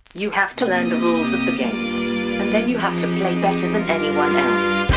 You have to learn the rules of the game. And then you have to play better than anyone else.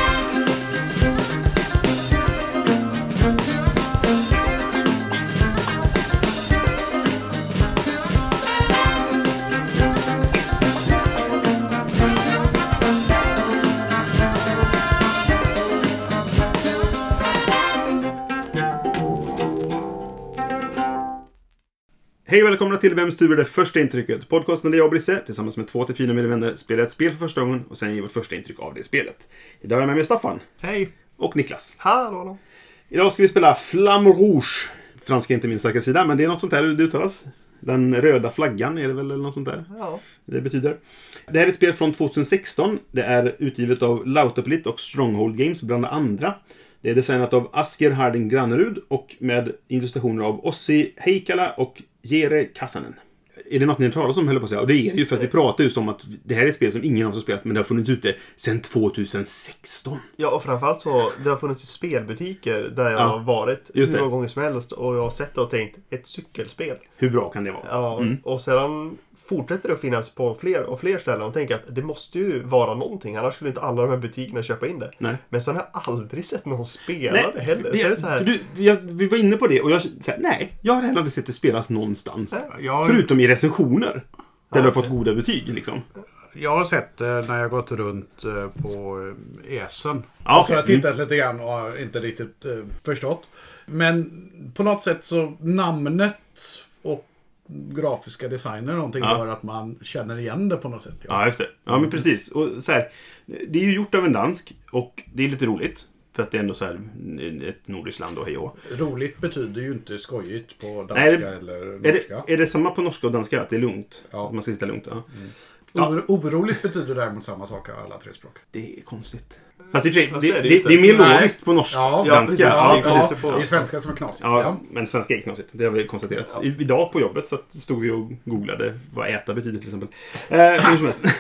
Hej och välkomna till Vem styr det första intrycket? Podcasten där jag och Brisse tillsammans med 2-4 mina vänner spelar ett spel för första gången och sen ger vårt första intryck av det spelet. Idag är jag med mig Staffan. Hej. Och Niklas. Hallå. Idag ska vi spela Flamme Rouge. Franska är inte min starka sida, men det är något sånt där det uttalas. Den röda flaggan är det väl eller något sånt där. Ja. Det betyder. Det här är ett spel från 2016. Det är utgivet av Lautaplit och Stronghold Games bland andra. Det är designat av Asker Harding Granerud och med illustrationer av Ossi Heikkala och Jere Kassanen. Är det något ni talar om, höll på att säga? Och det är det ju för att vi pratar just om att det här är ett spel som ingen av oss har spelat, men det har funnits ute sedan 2016. Ja, och framförallt så det har funnits spelbutiker där jag har varit hur många gånger som helst och jag har sett och tänkt, ett cykelspel. Hur bra kan det vara? Ja, och sedan fortsätter det att finnas på fler och fler ställen och tänker att det måste ju vara någonting, annars skulle inte alla de här butikerna köpa in det. Nej. Men sen har jag aldrig sett någon spela det heller. Så är det så här... vi var inne på det och jag sa, nej, jag har heller aldrig sett det spelas någonstans. Förutom i recensioner. Där du har fått goda betyg liksom. Jag har sett när jag gått runt på Esen. Ja, och så har jag tittat lite grann och inte riktigt förstått. Men på något sätt så namnet och grafiska designer någonting gör att man känner igen det på något sätt. Ja, just det. Ja, men precis. Och så här, det är ju gjort av en dansk och det är lite roligt. För att det är ändå så här ett nordiskt land och hej och. Roligt betyder ju inte skojigt på danska eller norska. Är det samma på norska och danska att det är lugnt? Ja. Att man ska sitta lugnt, ja. Oroligt betyder däremot samma sak av alla tre språk. Det är konstigt. Fast det är mer logiskt på norska och danska. Det är svenska som är knasigt. Ja, men svenska är knasigt. Det har vi konstaterat. Ja. Idag på jobbet så stod vi och googlade vad äta betyder till exempel. Hur som helst.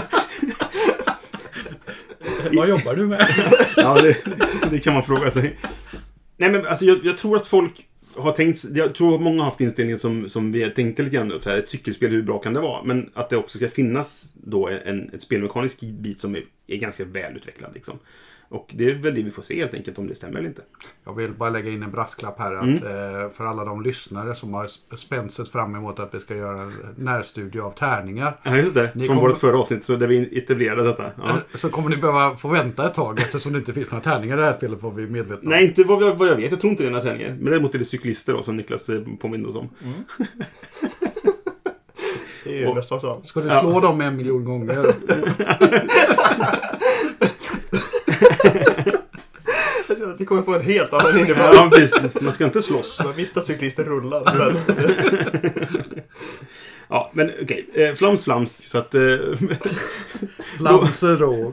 Vad jobbar du med? Ja, det kan man fråga sig. Nej, men alltså jag tror att folk har tänkt, jag tror att många har haft inställningen som vi tänkte lite grann, så här, ett cykelspel, hur bra kan det vara? Men att det också ska finnas då ett spelmekanisk bit som är ganska välutvecklad liksom. Och det är väl det vi får se helt enkelt om det stämmer eller inte. Jag vill bara lägga in en brasklapp här att för alla de lyssnare som har spänt fram emot att vi ska göra en närstudie av tärningar. Ja, just det. Från vårt förra avsnitt så där vi etablerade detta. Ja. Så kommer ni behöva få vänta ett tag eftersom det inte finns några tärningar i det här spelet, får vi medvetna. Nej, inte vad jag vet. Jag tror inte det är några tärningar. Men däremot är det cyklister då, som Niklas påminner oss om. Det är ju nästan så. Ska du slå dem 1 miljon gånger? Det kommer få en helt annan innebörd. Ja, visst. Man ska inte slåss. Man visst att cyklister rullar. Ja, men okej. Flams. Så att... Flamserå.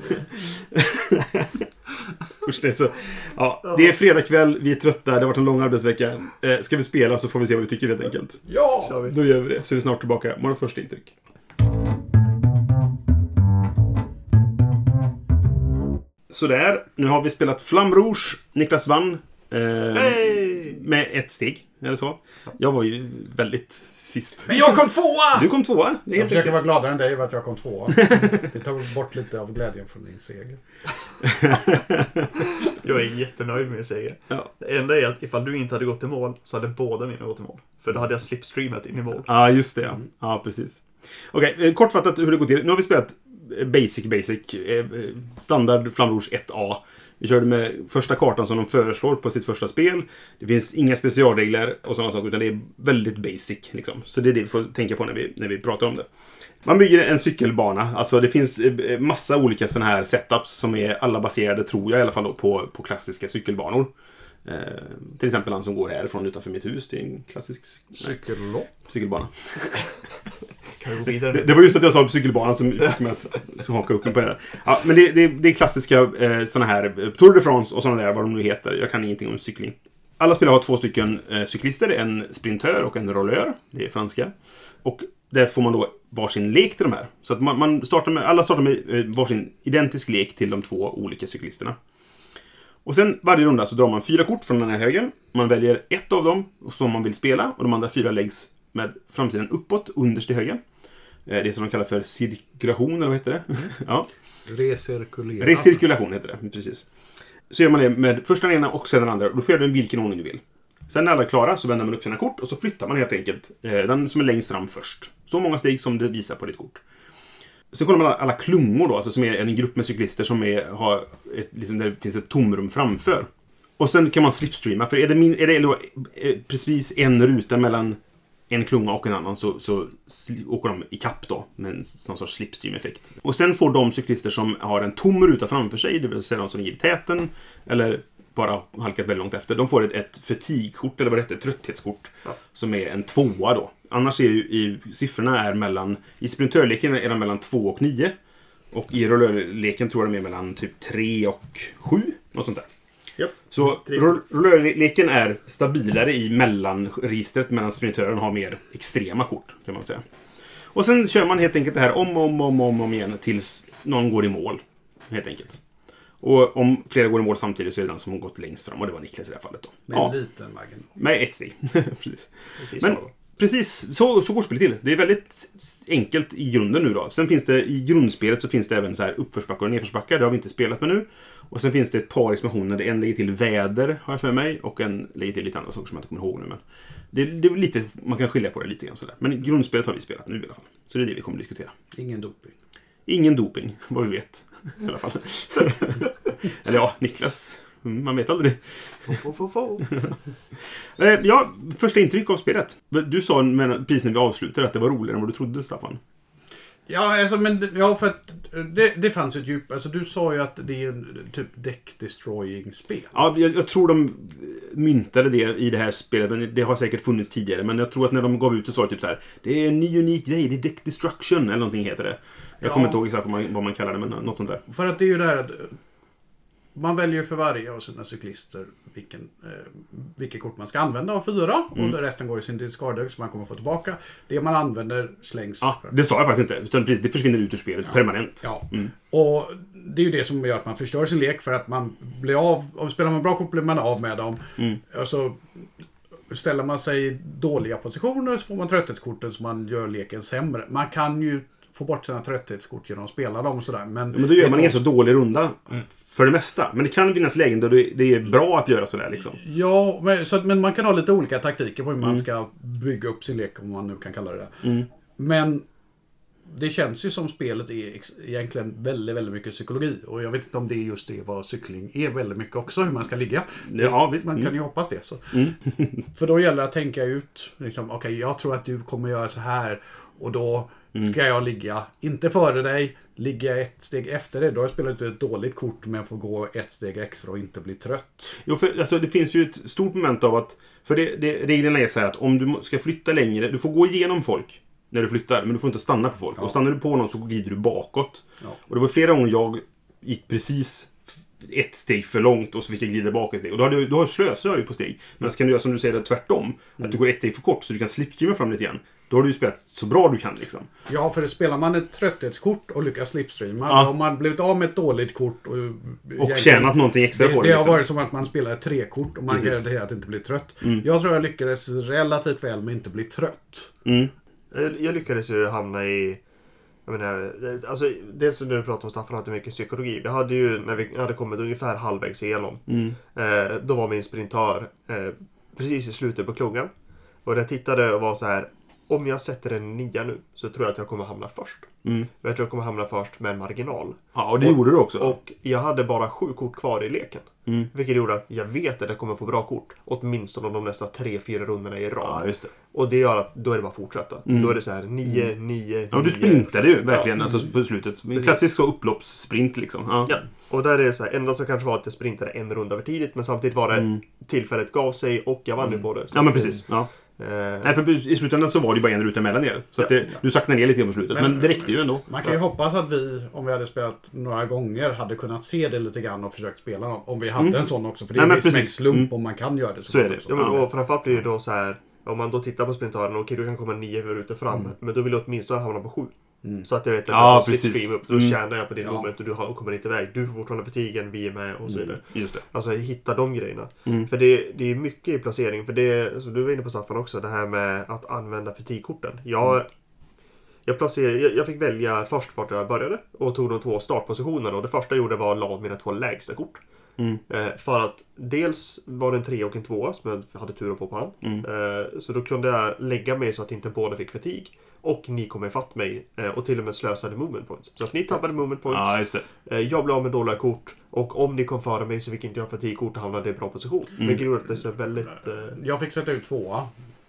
Det är fredag kväll. Vi är trötta. Det har varit en lång arbetsvecka. Ska vi spela så får vi se vad vi tycker helt enkelt. Ja! Då gör vi det. Så är vi snart tillbaka. Våra första intryck. Sådär, nu har vi spelat Flamme Rouge. Niklas vann med ett steg, eller så. Jag var ju väldigt sist. Men jag kom tvåa! Du kom tvåa. Jag försöker vara gladare än dig för att jag kom tvåa. Det tar bort lite av glädjen från din seger. Jag är jättenöjd med seger. Ja. Det enda är att ifall du inte hade gått i mål så hade båda mina gått i mål. För då hade jag slipstreamat in i mål. Ja, just det. Ja, precis. Okej, kortfattat hur det går till. Nu har vi spelat basic standard Flamme Rouge 1A. Vi körde med första kartan som de föreslår på sitt första spel. Det finns inga specialregler och sådana saker, utan det är väldigt basic liksom. Så det är det vi får tänka på när vi pratar om det. Man bygger en cykelbana. Alltså det finns massa olika sådana här setups som är alla baserade, tror jag i alla fall då, på klassiska cykelbanor. Till exempel han som går härifrån utanför mitt hus. Det är en klassisk cykelbana. Det var just att jag sa cykelbanan som fick mig att haka upp på det där. Ja, men det är klassiska såna här Tour de France och såna där, vad de nu heter. Jag kan ingenting om cykling. Alla spelare har 2 stycken cyklister, en sprintör och en rollör. Det är franska. Och där får man då varsin lek till de här. Så att alla startar med varsin identisk lek till de 2 olika cyklisterna. Och sen varje runda så drar man 4 kort från den här högen. Man väljer ett av dem som man vill spela och de andra 4 läggs med framsidan uppåt underst i högen. Det som de kallar för cirkulation, eller vad heter det? Ja. Recirkulation heter det, precis. Så gör man det med först den ena och sen den andra. Då får du den vilken ordning du vill. Sen när alla är klara så vänder man upp sina kort och så flyttar man helt enkelt den som är längst fram först. Så många steg som det visar på ditt kort. Sen kollar man alla klungor då, alltså som är en grupp med cyklister som har liksom där det finns ett tomrum framför. Och sen kan man slipstreama, för är det då precis en ruta mellan en klunga och en annan så åker de i kapp då med någon sorts slipstream-effekt. Och sen får de cyklister som har en tom ruta framför sig, det vill säga de som ligger i täten eller bara halkat väldigt långt efter, de får ett fatigue-kort eller vad det heter, ett trötthetskort som är en 2 då. Annars är ju siffrorna är mellan, i sprintörleken är de mellan 2 och 9 och i rullörleken tror jag de är mellan typ 3 och 7, något sånt där. Yep. Så rullörleken är stabilare i mellanregistret medan sprintören har mer extrema kort, kan man säga. Och sen kör man helt enkelt det här om igen tills någon går i mål, helt enkelt. Och om flera går i mål samtidigt så är det den som har gått längst fram, och det var Niklas i det här fallet då. Med en liten marginal. Med ett steg. Precis. Men precis, så går spelet till. Det är väldigt enkelt i grunden nu då. Sen finns det i grundspelet så finns det även så här uppförsbackar och nedförsbackar. Det har vi inte spelat med nu. Och sen finns det ett par expansioner. En lägger till väder, har jag för mig. Och en lägger till lite andra saker som jag inte kommer ihåg nu. Men det är lite, man kan skilja på det lite grann sådär. Men grundspelet har vi spelat nu i alla fall. Så det är det vi kommer att diskutera. Ingen doping, vad vi vet. I alla fall. Eller ja, Niklas. Man vet aldrig. Ja, första intryck av spelet. Du sa precis när vi avslutade att det var roligare än vad du trodde, Staffan. Ja, alltså, för att det fanns ett djup. Alltså, du sa ju att det är en typ deck-destroying-spel. Ja, jag tror de myntade det i det här spelet, men det har säkert funnits tidigare. Men jag tror att när de gav ut så sa det typ så här: det är en ny unik grej, det är deck destruction eller någonting heter det. Jag kommer inte ihåg exakt vad man kallar det, men något sånt där. För att det är ju det här att man väljer för varje av sina cyklister vilket kort man ska använda av 4. Och resten går i sin discardhög som man kommer få tillbaka. Det man använder slängs. Ja, det sa jag faktiskt inte. Utan det försvinner ut ur spelet permanent. Ja. Och det är ju det som gör att man förstör sin lek. För att man blir av. Spelar man bra kort blir man av med dem. Alltså, ställer man sig i dåliga positioner så får man trötthetskorten så man gör leken sämre. Man kan ju få bort sina trötthetskort genom att spela dem och sådär. Men då gör man en så dålig runda för det mesta. Men det kan finnas lägen då det är bra att göra sådär liksom. Ja, men man kan ha lite olika taktiker på hur man ska bygga upp sin lek, om man nu kan kalla det det. Men det känns ju som spelet är egentligen väldigt, väldigt mycket psykologi. Och jag vet inte om det är just det vad cykling är väldigt mycket också, hur man ska ligga. Ja, visst. Man kan ju hoppas det. Så. För då gäller det att tänka ut, liksom, okej, jag tror att du kommer göra så här och då ska jag ligga, inte före dig, ligga ett steg efter dig. Då har jag spelat ett dåligt kort men får gå ett steg extra och inte bli trött. Jo, för alltså, det finns ju ett stort moment av att, för reglerna är så här att om du ska flytta längre, du får gå igenom folk när du flyttar, men du får inte stanna på folk. Och stannar du på någon så glider du bakåt. Och det var flera gånger jag gick precis ett steg för långt och så fick jag glida bak ett steg. Och då har slösar ju på steg. Men så kan du göra som du säger tvärtom. Att du går ett steg för kort så du kan slipstreama fram lite igen. Då har du ju spelat så bra du kan liksom. Ja, för spelar man ett trötthetskort och lyckas slipstreama, då har man blivit av med ett dåligt kort och tjänat någonting extra på det. Det har varit som att man spelar ett 3-kort och man garanterar att inte bli trött. Jag tror jag lyckades relativt väl med att inte bli trött. Jag lyckades ju hamna i, jag menar, alltså det som du pratade om, Staffan, hade mycket psykologi. Vi hade ju, när vi hade kommit ungefär halvvägs igenom, då var min sprintör precis i slutet på klungan. Och jag tittade och var så här: om jag sätter en 9 nu så tror jag att jag kommer hamna först. Jag tror jag kommer hamna först med en marginal. Ja, och det gjorde du också. Och jag hade bara 7 kort kvar i leken. Vilket gjorde att jag vet att jag kommer få bra kort. Åtminstone de nästa 3-4 rundorna i rad. Ja, just det. Och det gör att då är det bara att fortsätta. Då är det så här 9. Ja, du sprintade ju verkligen alltså, på slutet. En klassisk upploppssprint liksom. Ja. Och där är det så här, enda som kanske var att jag sprintade en runda för tidigt. Men samtidigt var det tillfället gav sig och jag vann ju på det. Så ja, men precis. Ja. Nej, för i slutändan så var det ju bara en ruta mellan er. Så att du saknade ner lite på slutet. Men det räckte ju ändå. Man kan ju hoppas att vi, om vi hade spelat några gånger, hade kunnat se det lite grann och försökt spela dem. Om vi hade en sån också. För det är mest slump om man kan göra det. Så är det. Ja, men, och framförallt blir det då så här, om man då tittar på sprintören, okej, du kan komma 9 rutor fram. Men då vill du åtminstone hamna på 7. Så att jag vet att jag slipstream upp. Då tjänar jag på din moment och du kommer inte iväg. Du får fortfarande fatigen, vi är med och så vidare. Just det. Alltså hitta de grejerna. För det är mycket i placering. För det, som du var inne på, Staffan, också, det här med att använda fatigkorten. Jag fick välja först vart jag började och tog de 2 startpositionerna. Och det första jag gjorde var att la mina 2 lägsta kort. För att dels var det en 3 och en 2 som jag hade tur att få på hand. Så då kunde jag lägga mig så att inte båda fick fatig. Och ni kom ifatt mig och till och med slösade movement points. Så att ni tappade movement points. Ja, just det. Jag blev av med dåliga kort. Och om ni kom före mig så fick inte jag fatigkort och hamnade i bra position. Men gjorde det så väldigt... Jag fick sätta ut 2.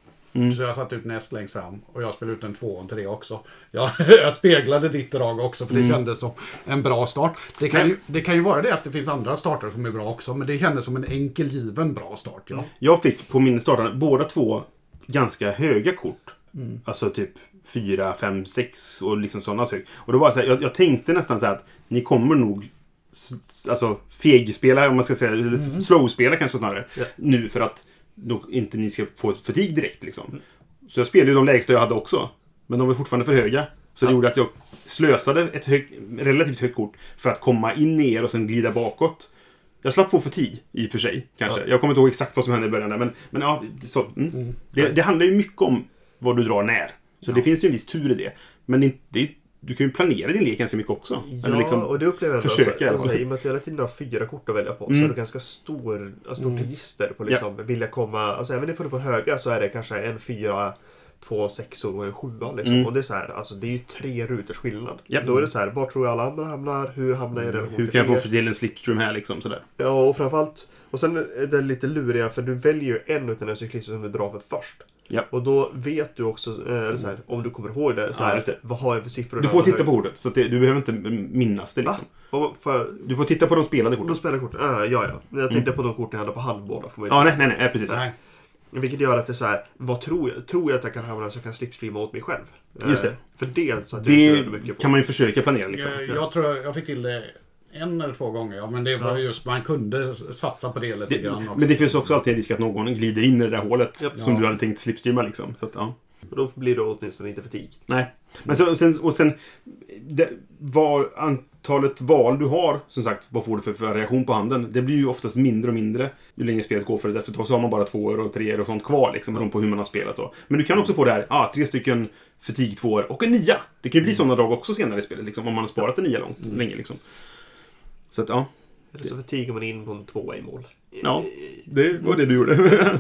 Så jag satt ut näst längst fram. Och jag spelade ut en 2 och en 3 också. Jag speglade ditt drag också. För det kändes som en bra start. Det kan ju vara det att det finns andra starter som är bra också. Men det kändes som en enkel given bra start. Ja. Jag fick på min startande båda 2 ganska höga kort. Alltså typ 4, 5, 6 och liksom sådana hög. Och då var det så här, jag tänkte nästan så här att ni kommer nog alltså fegspela, om man ska säga, eller slowspela kanske snarare, nu för att inte ni ska få ett fatig direkt liksom. Så jag spelade ju de lägsta jag hade också, men de var fortfarande för höga. Så det gjorde att jag slösade ett relativt högt kort för att komma in ner och sen glida bakåt. Jag slapp få fatig i och för sig, kanske. Jag kommer inte ihåg exakt vad som hände i början där, men ja, så, det handlar ju mycket om vad du drar när. Så det finns ju en viss tur i det. Men du kan ju planera din lek ganska mycket också. Ja, eller liksom och det upplever jag försöka. alltså, i och med att jag hela tiden har 4 kort att välja på så är det ganska stort register på liksom, vill jag komma, alltså även om du får höga så är det kanske en 4, 2 6 och en 7 liksom. Och det är så här, alltså det är ju 3 ruters skillnad. Då är det så här, var tror jag alla andra hamnar, hur hamnar jag i relation hur kan jag få till en slipstream här liksom sådär. Ja, och framförallt, och sen är det lite luriga för du väljer ju en utav den cyklister som du drar för först. Ja. Och då vet du också så här, om du kommer ihåg det, så här, vad har jag för siffror? Du får titta på kortet, så du behöver inte minnas det liksom. Du får titta på de spelade korten. De spelade korten, ja. Jag tänkte på de korten jag hade på hand båda. Nej, precis. Nej. Vilket gör att det är så här, vad tror jag att jag kan hamna så jag kan slipstreama åt mig själv. Just det. För det så att det kan man ju försöka planera liksom. Jag tror jag fick till det 1 eller 2 gånger, ja, men det var just man kunde satsa på det lite grann också. Men det finns också alltid en risk att någon glider in i det där hålet som du hade tänkt slipstreama liksom. Så att, ja. Och då blir det åtminstone inte fatig. Nej. Men sen antalet val du har, som sagt, vad får du för reaktion på handen? Det blir ju oftast mindre och mindre ju längre spelet går, för efter ett tag så har man bara 2 och 3 och sånt kvar liksom, beroende på hur man har spelat då. Men du kan också få det här, 3 stycken fatig 2 och en 9. Det kan ju bli sådana drag också senare i spelet liksom, om man har sparat en 9 länge liksom. Så att, ja. Eller så förtiger man in på en 2 i mål. Ja, det var det du gjorde.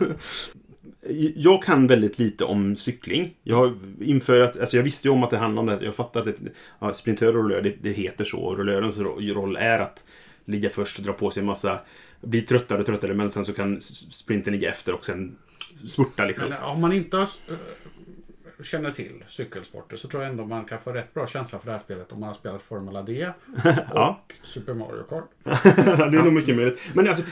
Jag kan väldigt lite om cykling. Jag visste ju om att det handlar om det. Jag fattar att sprintör och rullör, det heter så. Och rullörens roll är att ligga först och dra på sig en massa, bli tröttare, men sen så kan sprinten ligga efter och sen spurta liksom. Men om man inte känner till cykelsporter så tror jag ändå man kan få rätt bra känsla för det här spelet om man har spelat Formula D och Super Mario Kart. Det är nog mycket möjligt. Men alltså,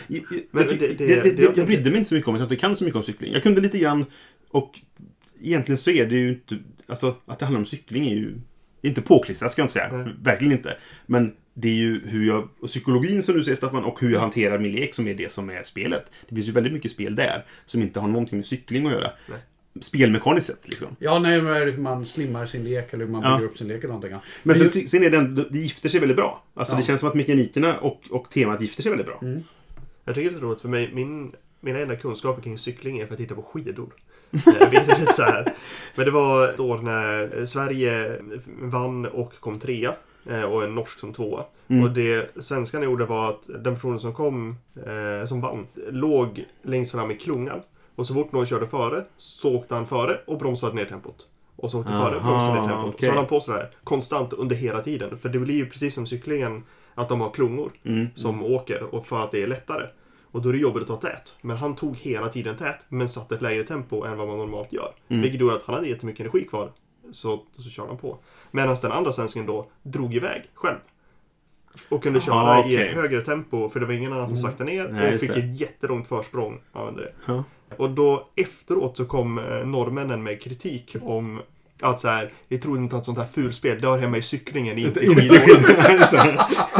jag brydde mig inte så mycket om att jag inte kan så mycket om cykling. Jag kunde lite grann, och egentligen så är det ju inte, alltså att det handlar om cykling är ju inte påklistrat, ska jag inte säga. Verkligen inte. Men det är ju och psykologin som du säger, Staffan, och hur jag hanterar min lek som är det som är spelet. Det finns ju väldigt mycket spel där som inte har någonting med cykling att göra. Nej. Spelmekaniskt sett liksom. Ja, nej, hur man slimmar sin lek eller hur man bygger upp sin lek eller någonting. Men sen är det gifter sig väldigt bra. Alltså det känns som att mekanikerna och temat gifter sig väldigt bra. Jag tycker det är roligt för mig, mina enda kunskaper kring cykling är för att titta på skidor. Jag vet inte så här. Men det var ett år när Sverige vann och kom 3 och en norsk som 2. Och det svenskarna gjorde var att den personen som vann låg längst fram i klungan. Och så fort någon körde före så åkte han före och bromsade ner tempot. Och så åkte före och bromsade ner tempot. Okay. Och så hade han på sådär konstant under hela tiden. För det blir ju precis som cyklingen att de har klungor som åker och för att det är lättare. Och då är det jobbigt att ta tät. Men han tog hela tiden tät men satte ett lägre tempo än vad man normalt gör. Vilket gjorde att han hade jättemycket energi kvar. Så körde han på. Medan den andra svensken då drog iväg själv. Och kunde köra i ett högre tempo. För det var ingen annan som sakta ner. Och fick ett jättelångt försprång av det. Och då efteråt så kom norrmännen med kritik om att så här, jag tror inte att sånt här fulspel det hör hemma i cyklingen, inte i skidor.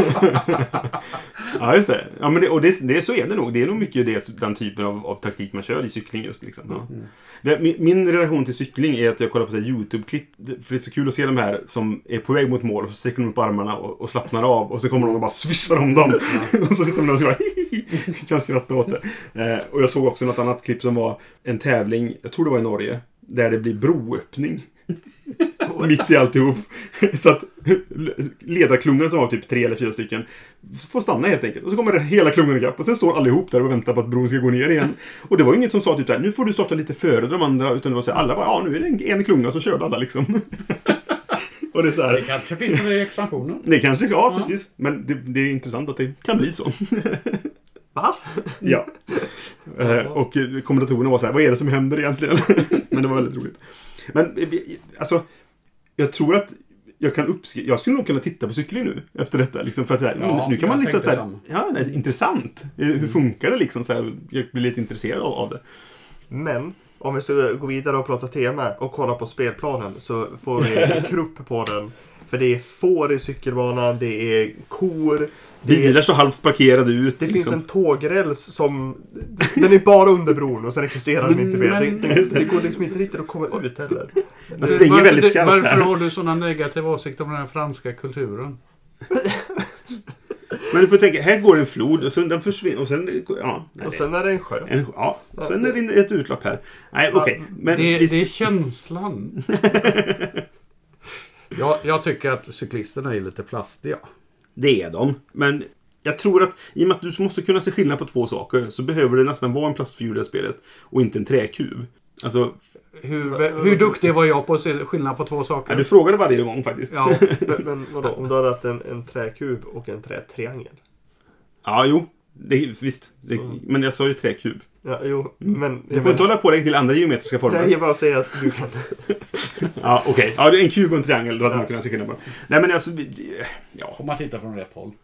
Ja, just det. Ja, men det så är det nog. Det är nog mycket den typen av taktik man kör i cykling just liksom. Ja. Min relation till cykling är att jag kollar på så här YouTube-klipp, för det är så kul att se de här som är på väg mot mål och så sträcker de upp armarna och slappnar av och så kommer de och bara swishar om dem. Och så sitter de där och så bara kan skratta åt det. Och jag såg också något annat klipp som var en tävling, jag tror det var i Norge, där det blir broöppning. mitt i alltihop. Så att ledarklungan som var typ 3 eller 4 stycken får stanna helt enkelt. Och så kommer hela klungan ikapp. Och sen står allihop där och väntar på att bron ska gå ner igen. Och det var inget som sa typ där, nu får du starta lite före de andra. Utan det var så här, alla bara, ja nu är det en klunga som körde alla liksom. Och det är så här, Det kanske finns i expansionen. det kanske, ja precis. Men det är intressant att det kan bli så. Va? Ja. Och kommentatorerna var så här, vad är det som händer egentligen? Men det var väldigt roligt. Men alltså, jag tror att jag skulle nog kunna titta på cykling nu efter detta liksom, för att här, nu kan man liksom så här, ja, det är intressant. Hur funkar det liksom så här, jag blir lite intresserad av det. Men om vi ska gå vidare och prata tema och kolla på spelplanen så får vi en krupp på den. För det är får i cykelbanan, det är kor. Bilar så halvt parkerade ut. Det liksom. finns en tågräls som... Den är bara under bron och sen existerar den inte mer. Det går liksom inte riktigt att komma ut heller. Den svänger väldigt skarpt här. Varför har du sådana negativa åsikter om den här franska kulturen? Men du får tänka, här går en flod och sen den försvinner och sen... Ja, nej, och sen är det en sjö. Sen är det ett utlopp här. Nej, okej. Men det är känslan. Jag tycker att cyklisterna är lite plastiga. Det är de. Men jag tror att i och med att du måste kunna se skillnad på 2 saker så behöver det nästan vara en plastfigur i spelet och inte en träkub. Alltså... Hur duktig var jag på att se skillnad på 2 saker? Ja, du frågade varje gång faktiskt. Ja. Men vadå? Om du hade haft en träkub och en trätriangel? Ja, jo. Visst. Men jag sa ju träkub. Ja, jo. Men... Du får inte hålla på dig till andra geometriska former. Nej, jag bara säger att du kan... Ja, okej. Ja, det är en kub och en triangel. Då hade man kunnat se skillnad på. Nej, men alltså... Ja. Om man tittar från rätt håll.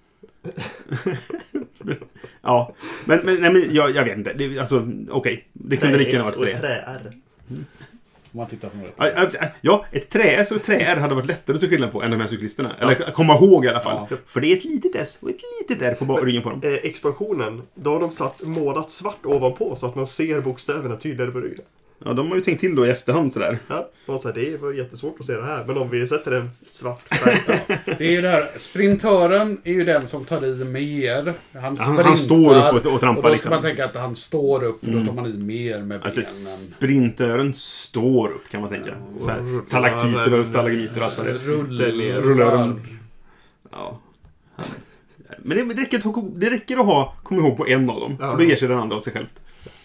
Ja. Men jag vet inte. Alltså, okej. Det kunde lika gärna varit för det. Trä-R. Om man tittar från rätt håll. Ja, ett trä-S och ett trä-R hade varit lättare att se skillnad på än de här cyklisterna. Eller komma ihåg i alla fall. Ja. För det är ett litet S och ett litet R på ryggen på dem. Expansionen, då har de målat svart ovanpå så att man ser bokstäverna tydligare på ryggen. Ja, de har ju tänkt till då i efterhand sådär. Ja, och så här, det var jättesvårt att se det här. Men om vi sätter en svart färg. Det är ju där, sprintören är ju den som tar i mer. Han står upp och trampar. Och då ska liksom. man tänka att han står upp, för då tar man i mer med benen. Alltså sprintören står upp kan man tänka. Så här, talaktiter och stalagmiter och allt vad det är. Rullar. Ja. Men det räcker att komma ihåg på en av dem. För då ger sig den andra av sig självt.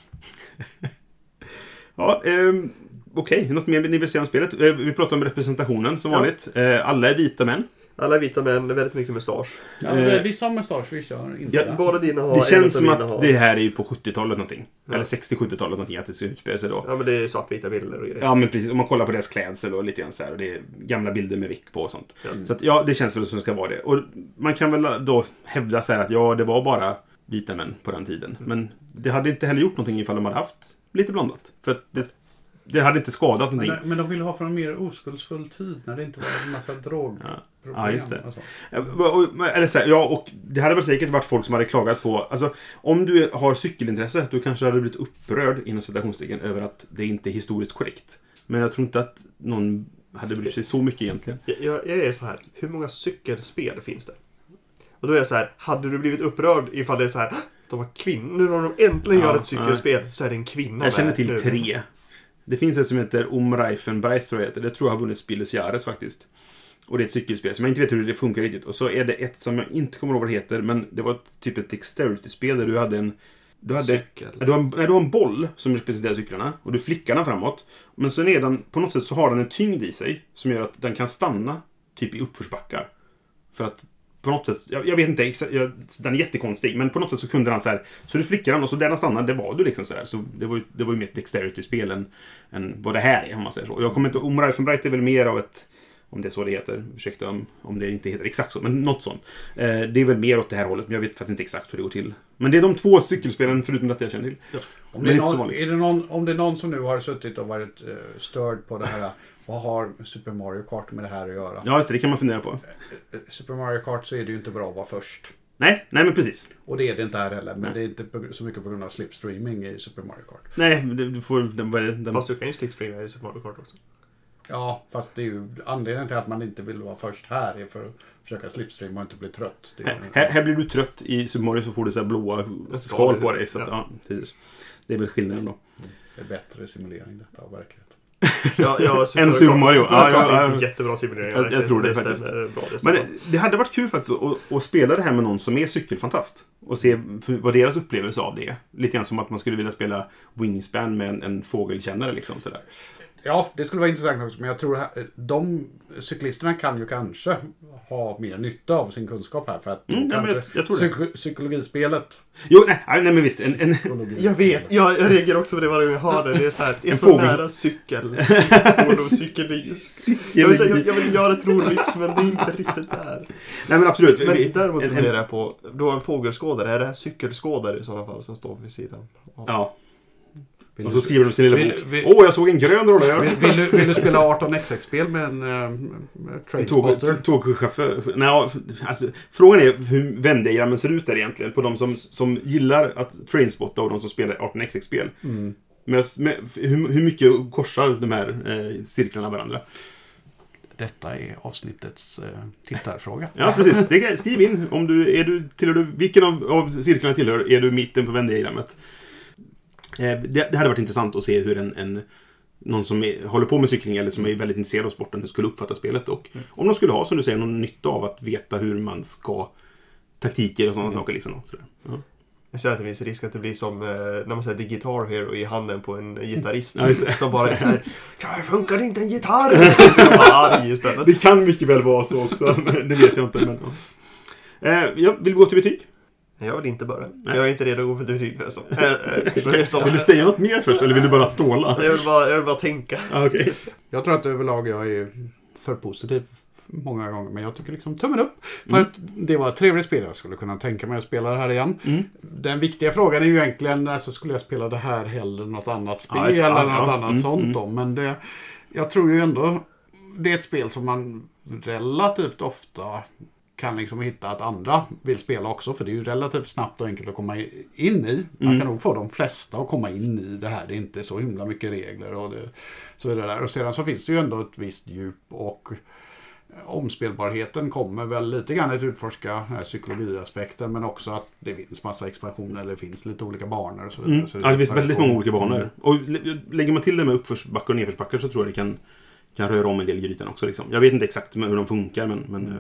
Ja, okej. Något mer ni vill säga om spelet? Vi pratar om representationen som vanligt. Alla är vita män. Alla är vita män, väldigt mycket mustasch. Ja, vissa har mustasch, vissa har inte. Ja, båda dina har. Det känns som att det här är ju på 70-talet någonting. Eller 60-70-talet någonting att det ska utspela sig då. Ja, men det är svartvita bilder och grejer. Ja, men precis. Om man kollar på deras klädsel och lite grann så här. Och det är gamla bilder med vick på och sånt. Så att, ja, det känns väl som det ska vara det. Och man kan väl då hävda så här att ja, det var bara vita män på den tiden. Men det hade inte heller gjort någonting ifall de hade haft lite blandat. För att det hade inte skadat någonting. Men de ville ha för en mer oskuldsfull tid när det inte var en massa drog. Ja, just det. Eller så här, ja, och det hade väl säkert varit folk som hade klagat på... Alltså, om du har cykelintresse, du kanske hade blivit upprörd inom citationstecken över att det inte är historiskt korrekt. Men jag tror inte att någon hade brytt sig så mycket egentligen. Jag är så här, hur många cykelspel finns det? Och då är jag så här, hade du blivit upprörd ifall det är så här... De var kvinnor. Nu när de äntligen gör ett cykelspel så är det en kvinna. Jag känner till 3. Det finns ett som heter Reifenbreit, tror jag heter. Det tror jag har vunnit Spieles Jahres faktiskt. Och det är ett cykelspel som jag inte vet hur det funkar riktigt. Och så är det ett som jag inte kommer ihåg vad det heter. Men det var typ ett dexterity-spel där du hade en... Du har en boll som representerar cyklarna. Och du flickar den framåt. Men så är den, på något sätt så har den en tyngd i sig. Som gör att den kan stanna typ i uppförsbackar. För att på något sätt, jag vet inte, den är jättekonstig, men på något sätt så kunde han så här, så du flickar den och så där den stannade, det var du liksom så där. Så det var ju mer ett dexterity-spel än vad det här är, om man säger så. Och jag kommer inte, Reifenbreit är väl mer av ett, om det är så det heter, ursäkta om det inte heter exakt så, men något sånt. Det är väl mer åt det här hållet, men jag vet faktiskt inte exakt hur det går till. Men det är de 2 cykelspelen förutom att jag känner till. Ja. Om det är någon som nu har suttit och varit störd på det här, vad har Super Mario Kart med det här att göra? Ja, just det kan man fundera på. Super Mario Kart så är det ju inte bra att vara först. Nej, men precis. Och det är det inte här heller, men det är inte så mycket på grund av slipstreaming i Super Mario Kart. Nej, du får... Fast du kan ju slipstreama i Super Mario Kart också. Ja, fast det är ju anledningen till att man inte vill vara först här är för att försöka slipstreama och inte bli trött. Här blir du trött i Super Mario så får du så här blåa skal på dig. Så att, ja, det är väl skillnaden då. Det är bättre simulering detta av verkligheten. En summa, jo. Ja, inte jättebra simuleringar. Jag tror det faktiskt. Men det hade varit kul faktiskt att spela det här med någon som är cykelfantast. Och se vad deras upplevelse av det är. Lite grann som att man skulle vilja spela Wingspan med en fågelkännare liksom sådär. Ja, det skulle vara intressant också, men jag tror att de cyklisterna kan ju kanske ha mer nytta av sin kunskap här, för att jag tror psykologispelet... Jo, nej men visst. Jag vet, jag reagerar också på det varje gång jag har det. Det är så här, det är så nära cykelliv. Jag vill göra ett ordvits, men det är inte riktigt där. Nej, men absolut. Men däremot funderar jag på, då en fågelskådare, är det här cykelskådare i sådana fall som står vid sidan? Ja. Och så skriver de sin lilla bok. Jag såg en grön roll. Vill du spela 18xx-spel med en trainspotter? Tågchaufför? Nej, alltså, frågan är hur vändiagrammen ser ut där egentligen. På de som gillar att trainspotta och de som spelar 18xx-spel. Men hur mycket korsar de här cirklarna varandra? Detta är avsnittets tittarfråga. Ja, precis. Skriv in om tillhör du vilken av cirklarna tillhör. Är du mitten på vändiagrammet? Det hade varit intressant att se hur någon som håller på med cykling eller som är väldigt intresserad av sporten skulle uppfatta spelet. Och om de skulle ha, som du säger, någon nytta av att veta hur man ska taktiker och sådana saker. Liksom. Ja. Jag säger att det finns risk att det blir som när man säger The Guitar Hero i handen på en gitarrist. Som bara är såhär, funkar inte en gitarr? Det kan mycket väl vara så också. Det vet jag inte. Men, jag vill gå till betyg. Jag vill inte börja. Jag är inte redo att gå för betyg förresten. Vill du säga något mer först eller vill du bara ståla? Jag vill bara tänka. Okay. Jag tror att överlag jag är för positiv många gånger, men jag tycker liksom tummen upp. För att det var ett trevligt spel. Jag skulle kunna tänka mig att spela det här igen. Den viktiga frågan är ju egentligen, alltså, skulle jag spela det här hellre något annat spel eller något annat sånt då. Men jag tror ju ändå det är ett spel som man relativt ofta kan liksom hitta att andra vill spela också, för det är ju relativt snabbt och enkelt att komma in i. Man kan nog få de flesta att komma in i det här. Det är inte så himla mycket regler och så är det där. Och sedan så finns det ju ändå ett visst djup och omspelbarheten kommer väl lite grann att utforska psykologiaspekten, men också att det finns massa expansioner eller det finns lite olika banor och så vidare. Så det finns väldigt många olika banor. Och lägger man till det med uppförsbackar och nedförsbackar så tror jag det kan röra om en del grytan också. Liksom. Jag vet inte exakt hur de funkar, men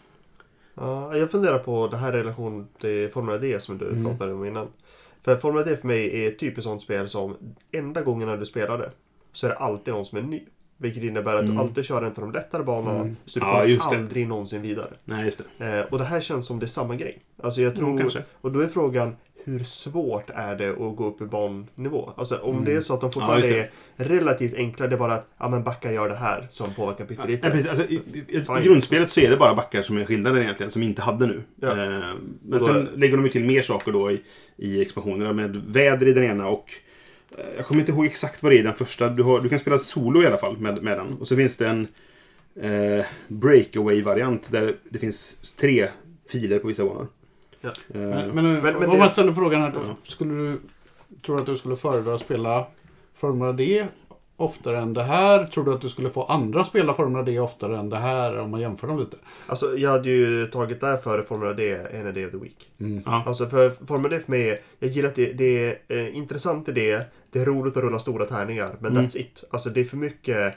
jag funderar på det här i relation till Formula D som du pratade om innan. För Formula D för mig är ett typiskt sånt spel som enda gången när du spelar det så är det alltid någon som är ny. Vilket innebär att du alltid kör en av de lättare banorna så du kommer aldrig någonsin vidare. Nej, just det. Och det här känns som det är samma grej. Alltså jag tror, och då är frågan, hur svårt är det att gå upp i bannivå? Alltså om det är så att de fortfarande är relativt enkla, det är bara att men backar gör det här som påverkar pyttelite. Precis. Alltså, i grundspelet så är det bara backar som är skillnaden egentligen, som inte hade nu. Ja. Men sen lägger de ju till mer saker då i expansionerna med väder i den ena och jag kommer inte ihåg exakt vad det är i den första. Du kan spela solo i alla fall med den. Och så finns det en breakaway-variant där det finns 3 filer på vissa banor. Ja. Men om man ställer frågan här, tror du att du skulle föredra att spela Formula D oftare än det här? Tror du att du skulle få andra spela Formula D oftare än det här om man jämför dem lite? Alltså jag hade ju tagit där före Formula D en Day of the Week. Alltså för Formula D för mig, jag gillar att det är intressant idé, det är roligt att rulla stora tärningar, men that's it. Alltså det är för mycket.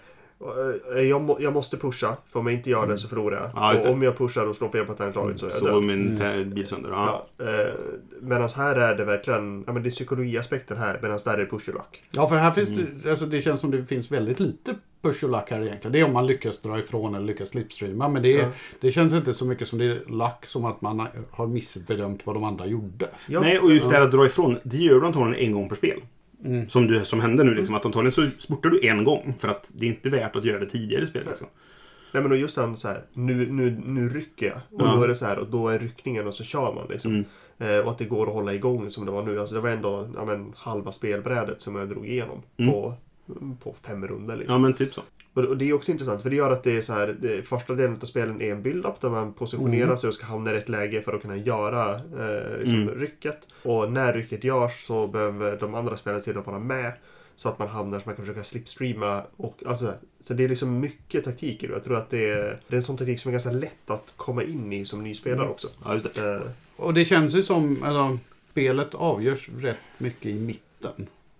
Jag måste pusha, för om jag inte gör det så förlorar jag. Och om jag pushar och slår fel på tärningslaget så är jag död. Så min bil sönder. Medan här är det verkligen, det är psykologiaspekten här, medan där är det push och luck. Ja, för här finns det, alltså det känns som det finns väldigt lite push och luck här egentligen. Det är om man lyckas dra ifrån eller lyckas slipstreama, men det känns inte så mycket som det är luck, som att man har missbedömt vad de andra gjorde. Ja. Nej, och just det här att dra ifrån, det gör du antagligen en gång per spel. Som händer nu, liksom, att antagligen så spurtar du en gång för att det är inte värt att göra det tidigare i spelet. Liksom. Nej, men just så här, nu rycker jag och då är det så här, och då är ryckningen och så kör man liksom. Och att det går att hålla igång som det var nu. Alltså det var ändå halva spelbrädet som jag drog igenom på 5 runder liksom. Ja, men typ så. Och det är också intressant, för det gör att det är så här, första delen av spelen är en build-up där man positionerar sig och ska hamna i rätt läge för att kunna göra rycket. Och när rycket görs så behöver de andra spelarna till att vara med så att man hamnar så man kan försöka slipstreama. Och, alltså, så det är liksom mycket taktik i det. Jag tror att det är en sån taktik som är ganska lätt att komma in i som ny spelare också. Ja, just det. Och det känns ju som, spelet avgörs rätt mycket i mitten.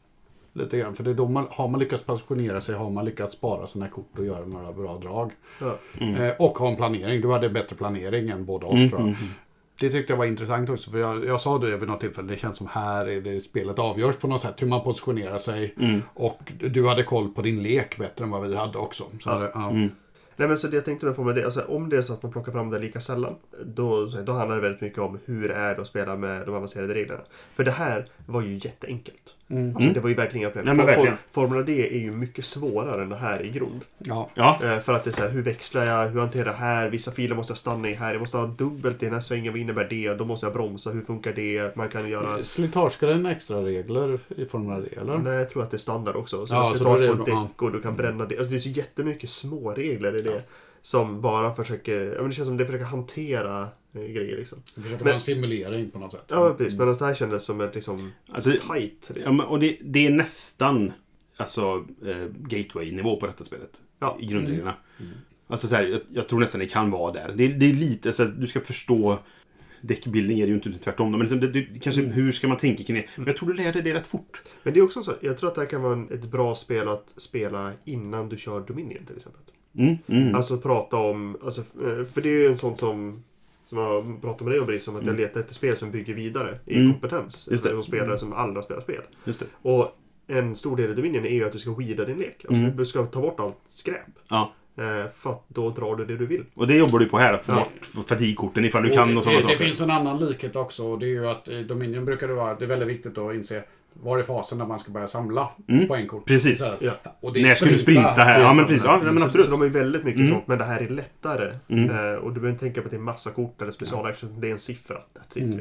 lite grann. För det är då har man lyckats positionera sig, har man lyckats spara sina kort och göra några bra drag. Ja. Och ha en planering. Du hade bättre planering än båda oss tror jag. Det tyckte jag var intressant också, för jag sa det vid något tillfälle, det känns som här är det spelet avgörs på något sätt, hur man positionerar sig. Och du hade koll på din lek bättre än vad vi hade också. Så Nej, men så det jag tänkte då få med det, alltså, om det är så att man plockar fram det lika sällan, då handlar det väldigt mycket om hur är det att spela med de avancerade reglerna. För det här var ju jätteenkelt. Alltså, det var ju verkligen Formula D är ju mycket svårare än det här i grund. Ja. För att det är så här, hur växlar jag, hur hanterar jag det här, vissa filer måste jag stanna i här, jag måste ha dubbelt i den här svängen, vad innebär det, då måste jag bromsa, hur funkar det, man kan göra... Slitagegränsen extra regler i Formula D, eller? Nej, jag tror att det är standard också. Så Ja, slitage så på däck och du kan bränna det. Alltså, det är så jättemycket små regler i det. Som bara försöker, ja, men det känns som det försöker hantera grejer liksom. Det försöker vara en simulering på något sätt. Ja, precis. Men det här kändes som ett liksom tight. Liksom. Ja, och det är nästan alltså gateway-nivå på detta spelet. Ja. I grundreglerna. Alltså så här, jag tror nästan det kan vara där. Det är lite så att du ska förstå deckbildning är det ju inte tvärtom. Men liksom, kanske hur ska man tänka kring det? Men jag tror du lär dig det rätt fort. Men det är också så, jag tror att det här kan vara ett bra spel att spela innan du kör Dominion till exempel. Alltså prata om, alltså, för det är ju en sån som jag pratade med dig om, Brice, om att jag letar efter spel som bygger vidare i kompetens. Och spelare som aldrig spelar spel. Just det. Och en stor del i Dominion är ju att du ska weeda din lek. Alltså, du ska ta bort allt skräp. Ja. För att då drar du det du vill. Och det jobbar du på här, att få bort fatigkorten ifall du kan och sådana saker. Det finns en annan likhet också, och det är ju att i Dominion brukar det vara, det är väldigt viktigt att inse var är fasen när man ska börja samla poängkort. Precis. Ja. Och det är när ska du sprinta här? Ja, men precis. Ja, men absolut. Så de är ju väldigt mycket sånt, men det här är lättare. Och du behöver inte tänka på att det är massa kort eller specialaction. Det är en siffra. That's it,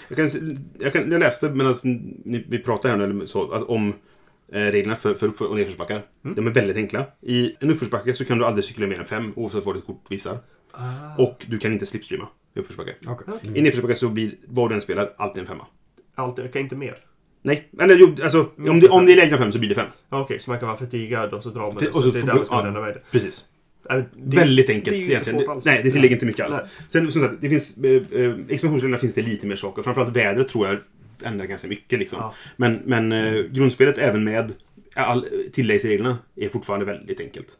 liksom. Jag läste, medan vi pratade här nu så, om reglerna för upp- och nedförsbackar. De är väldigt enkla. I en uppförsbacke så kan du aldrig cykla mer än 5 oavsett vad ditt kort visar. Och du kan inte slipstreama i uppförsbacke. I nedförsbacke så blir vad du än spelar alltid en 5. Alltid, jag kan inte mer. Nej, eller jo, alltså om det är lägre än 5 så blir det 5. Okej, så man kan vara förtigad och så drar man det. Och så det är där man ska bränna iväg. Precis. Det, väldigt enkelt det är egentligen. Nej, det tillägger inte mycket alls. Sen som sagt, det finns expansionsreglerna finns det lite mer saker. Framförallt vädret tror jag ändrar ganska mycket liksom. Men grundspelet även med tilläggsreglerna är fortfarande väldigt enkelt.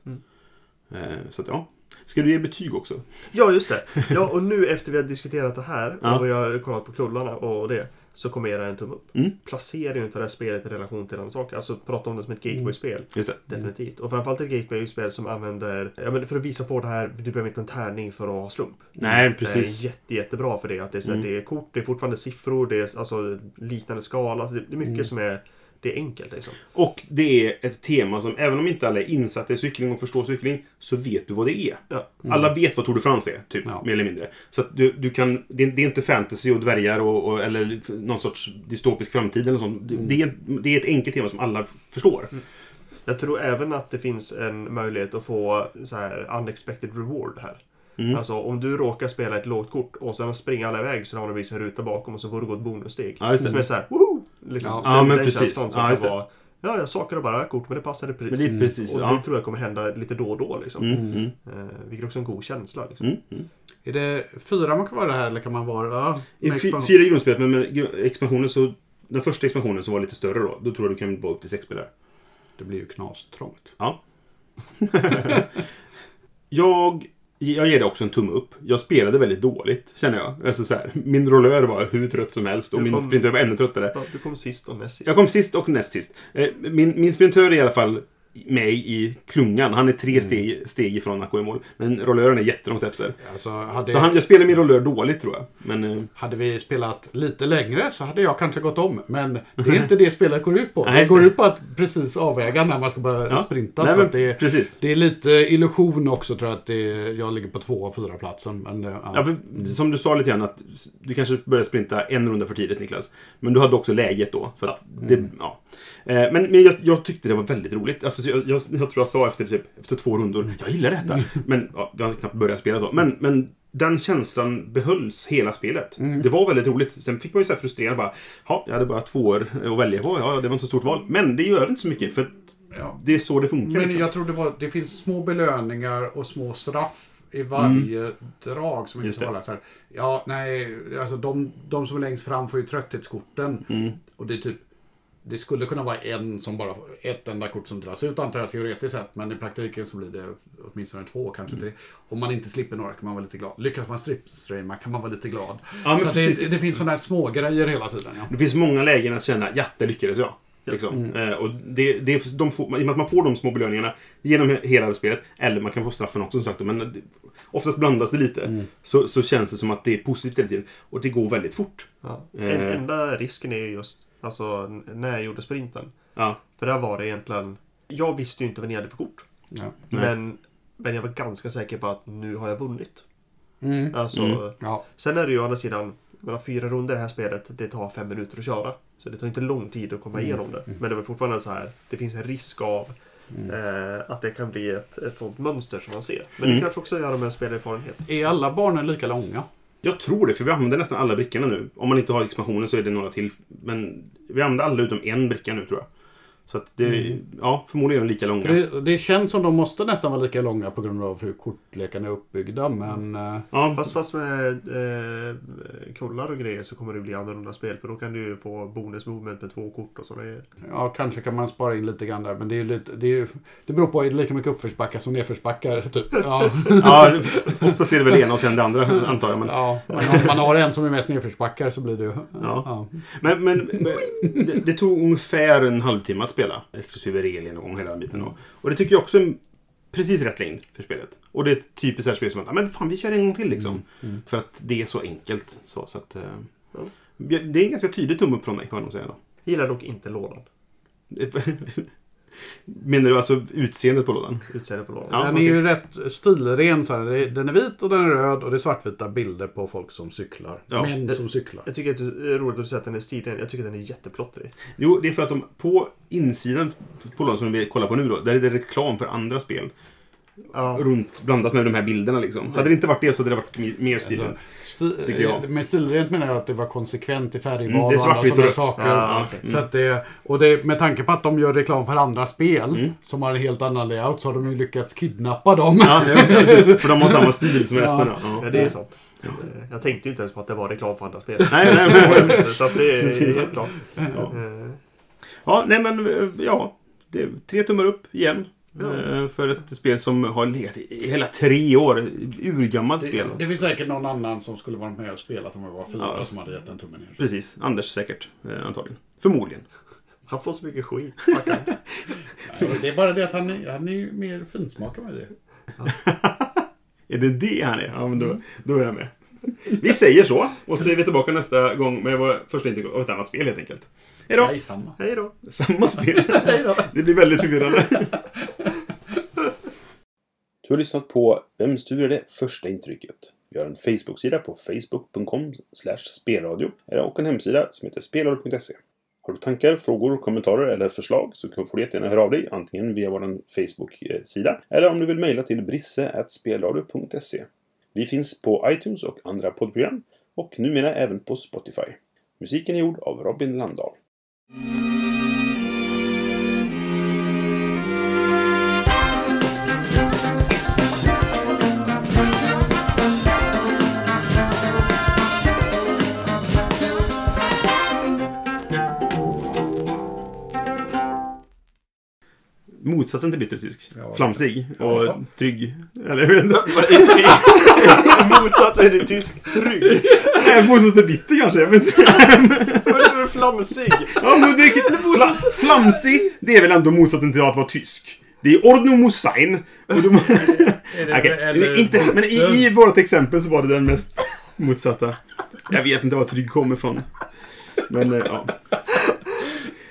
Så att ja. Ska du ge betyg också? Ja, just det. Ja, och nu efter vi har diskuterat det här och vi har kollat på kullarna och det, så kommer jag göra en tumme upp. Placeringen av det här spelet i relation till andra saker. Alltså prata om det som ett gateway-spel. Just det. Definitivt. Och framförallt ett gateway-spel som använder, för att visa på det här, du behöver inte en tärning för att ha slump. Nej, precis. Det är jättebra för det. Att det är, så det är kort, det är fortfarande siffror, det är alltså liknande skala. Alltså, det är mycket som är... Det är enkelt liksom. Och det är ett tema som, även om inte alla är insatta i cykling och förstår cykling, så vet du vad det är. Ja. Alla vet vad Tour de France är, typ, mer eller mindre. Så att du kan, det är inte fantasy och dvärgar eller någon sorts dystopisk framtid eller sånt. Det är ett enkelt tema som alla förstår. Jag tror även att det finns en möjlighet att få så här unexpected reward här. Alltså om du råkar spela ett lågt kort och sen springer alla iväg så har det visat ruta bakom och så får du gå ett bonussteg. Ja, just det. Som är så här, woho! Liksom, men precis. Jag sakade bara kort, men det passade precis. Precis. Och det tror jag kommer hända lite då och då. Liksom. Vilket också är en god känsla. Liksom. Är det 4 man kan vara det här, eller kan man vara... 4 i grundspelet, men med expansionen så... Den första expansionen som var lite större då tror jag du kan vara upp till 6 spelare. Det blir ju knastrångt. Ja. Jag ger det också en tumme upp. Jag spelade väldigt dåligt, känner jag. Alltså så här, min rollör var hur trött som helst och min sprintör var ännu tröttare. Ja, du kom sist och näst sist. Jag kom sist och näst sist. Min sprintör är i alla fall med i klungan. Han är 3 steg ifrån att gå i mål. Men rollören är jättelångt efter. Alltså, jag spelar min rollör dåligt, tror jag. Men, hade vi spelat lite längre så hade jag kanske gått om. Men det är inte det spelet går ut på. Nej, det går ut på att precis avväga när man ska börja sprinta. Nej, så att det, precis. Det är lite illusion också, tror jag. Att jag ligger på 2 och 4 platsen. Men, som du sa lite grann, att du kanske började sprinta en runda för tidigt, Niklas. Men du hade också läget då. Så att men jag tyckte det var väldigt roligt. Alltså, jag tror jag sa efter 2 rundor, jag gillar detta. Men jag hade knappt börjat spela så. Men den känslan behölls hela spelet. Det var väldigt roligt. Sen fick man ju så här frustrerad bara, jag hade bara 2 år att välja på. Ja, det var inte så stort val. Men det gör inte så mycket, för det är så det funkar. Men jag tror det finns små belöningar och små straff i varje drag som inte håller så här. Ja, nej, alltså de som är längst fram får ju trötthetskorten. Och det är typ det skulle kunna vara ett enda kort som dras ut, antar jag teoretiskt sett, men i praktiken så blir det åtminstone 2, kanske 3. Om man inte slipper några kan man vara lite glad. Lyckas man stripstreama kan man vara lite glad. Ja, så det finns sådana här små grejer hela tiden. Ja. Det finns många lägen att känna, ja, det lyckades jag. Liksom. Och i och med att man får de små belöningarna genom hela spelet, eller man kan få straffen också, som sagt, men oftast blandas det lite, så känns det som att det är positivt hela tiden, och det går väldigt fort. Ja. Enda risken är ju just alltså, när jag gjorde sprinten. Ja. För där var det egentligen, jag visste ju inte vad ni hade för kort. Ja. Men jag var ganska säker på att nu har jag vunnit. Alltså, Ja. Sen är det ju å andra sidan, 4 runder i det här spelet, det tar 5 minuter att köra. Så det tar inte lång tid att komma igenom det. Men det var fortfarande så här, det finns en risk av att det kan bli ett sånt mönster som man ser. Men det kanske också gör med spelerfarenhet. Är alla barnen lika långa? Jag tror det, för vi använder nästan alla brickorna nu. Om man inte har expansionen så är det några till. Men vi använder alla utom en bricka nu, tror jag. Så att det, ja, förmodligen lika långa. Det känns som de måste nästan vara lika långa på grund av hur kortlekarna är uppbyggda, men... Ja. Fast med kollar och grejer så kommer det bli annorlunda spel. För då kan du ju få bonus movement med 2 kort och sådär. Ja, kanske kan man spara in lite grann där, men det beror på, är det lika mycket uppförsbackar som nedförsbackar, typ. Ja, Ja, ofta ser det väl ena och sen det andra, antar jag. Men... ja, men om man har en som är mest nedförsbackar så blir det ju... Ja. Men det tog ungefär en halvtimme att spela, exklusive regler någon gång hela biten. Och det tycker jag också är precis rätt längd för spelet. Och det är ett typiskt här spel som att, men fan, vi kör en gång till liksom. För att det är så enkelt. Så att, det är en ganska tydlig tumme upp från mig, kan man nog säga då. Gillar dock inte lådan. Menar du alltså utseendet på lådan? Utseendet på lådan. Ja, Den är ju rätt stilren så här. Den är vit och den är röd och det är svartvita bilder på folk som cyklar. Ja. Män som cyklar. Jag tycker att det är roligt att säga att den är stilig. Jag tycker att den är jätteplottrig. Jo, det är för att de på insidan på lådan som vi kollar på nu då, där är det reklam för andra spel. Ja. Runt, blandat med de här bilderna liksom. Hade det inte varit det så hade det varit mer stiligt. Tycker jag. Med stilrent menar jag att det var konsekvent i färgval det är svartvitt och rött. saker. Ja, okay. Så att det, med tanke på att de gör reklam för andra spel som har en helt annan layout, så har de ju lyckats kidnappa dem. Ja, precis, för de har samma stil som resten. Ja, det är sant. Jag tänkte ju inte ens på att det var reklam för andra spel. Nej. Så att det är helt klart. Ja, nej men ja, det är 3 tummar upp igen. För ett spel som har legat i hela 3 år. Urgammalt spel. Det finns säkert någon annan som skulle vara med och spela om det var 4 som hade gett en tumme ner. Precis, Anders säkert, antagligen. Förmodligen. Han får så mycket skit. Nej, det är bara det att han är ju mer finsmakad med det. Är det han är? Ja, men då är jag med. Vi säger så, och så är vi tillbaka nästa gång med vår första intryck av ett annat spel helt enkelt. Hej då! Nej, samma. Hej då! Samma spel. Hej då! Det blir väldigt förvirrande. Du har lyssnat på Vem styr det första intrycket? Vi har en Facebook-sida på facebook.com/spelradio och en hemsida som heter spelradio.se. Har du tankar, frågor, kommentarer eller förslag så får du jättegärna höra av dig antingen via vår Facebook-sida eller om du vill mejla till brisse@spelradio.se. Vi finns på iTunes och andra poddprogram och numera även på Spotify. Musiken är gjord av Robin Landahl. Motsatsen till bittertysk. Ja, flamsig och trygg. Eller jag vet inte. Motsatsen till tysk trygg. Motsatsen till bitter kanske. Jag vet inte. Vad är det flamsig? Ja, men flamsig, det är väl ändå motsatsen till att vara tysk. Det är Ordnung muss sein. Men i vårt exempel så var det den mest motsatta. Jag vet inte var trygg kommer ifrån. Men ja.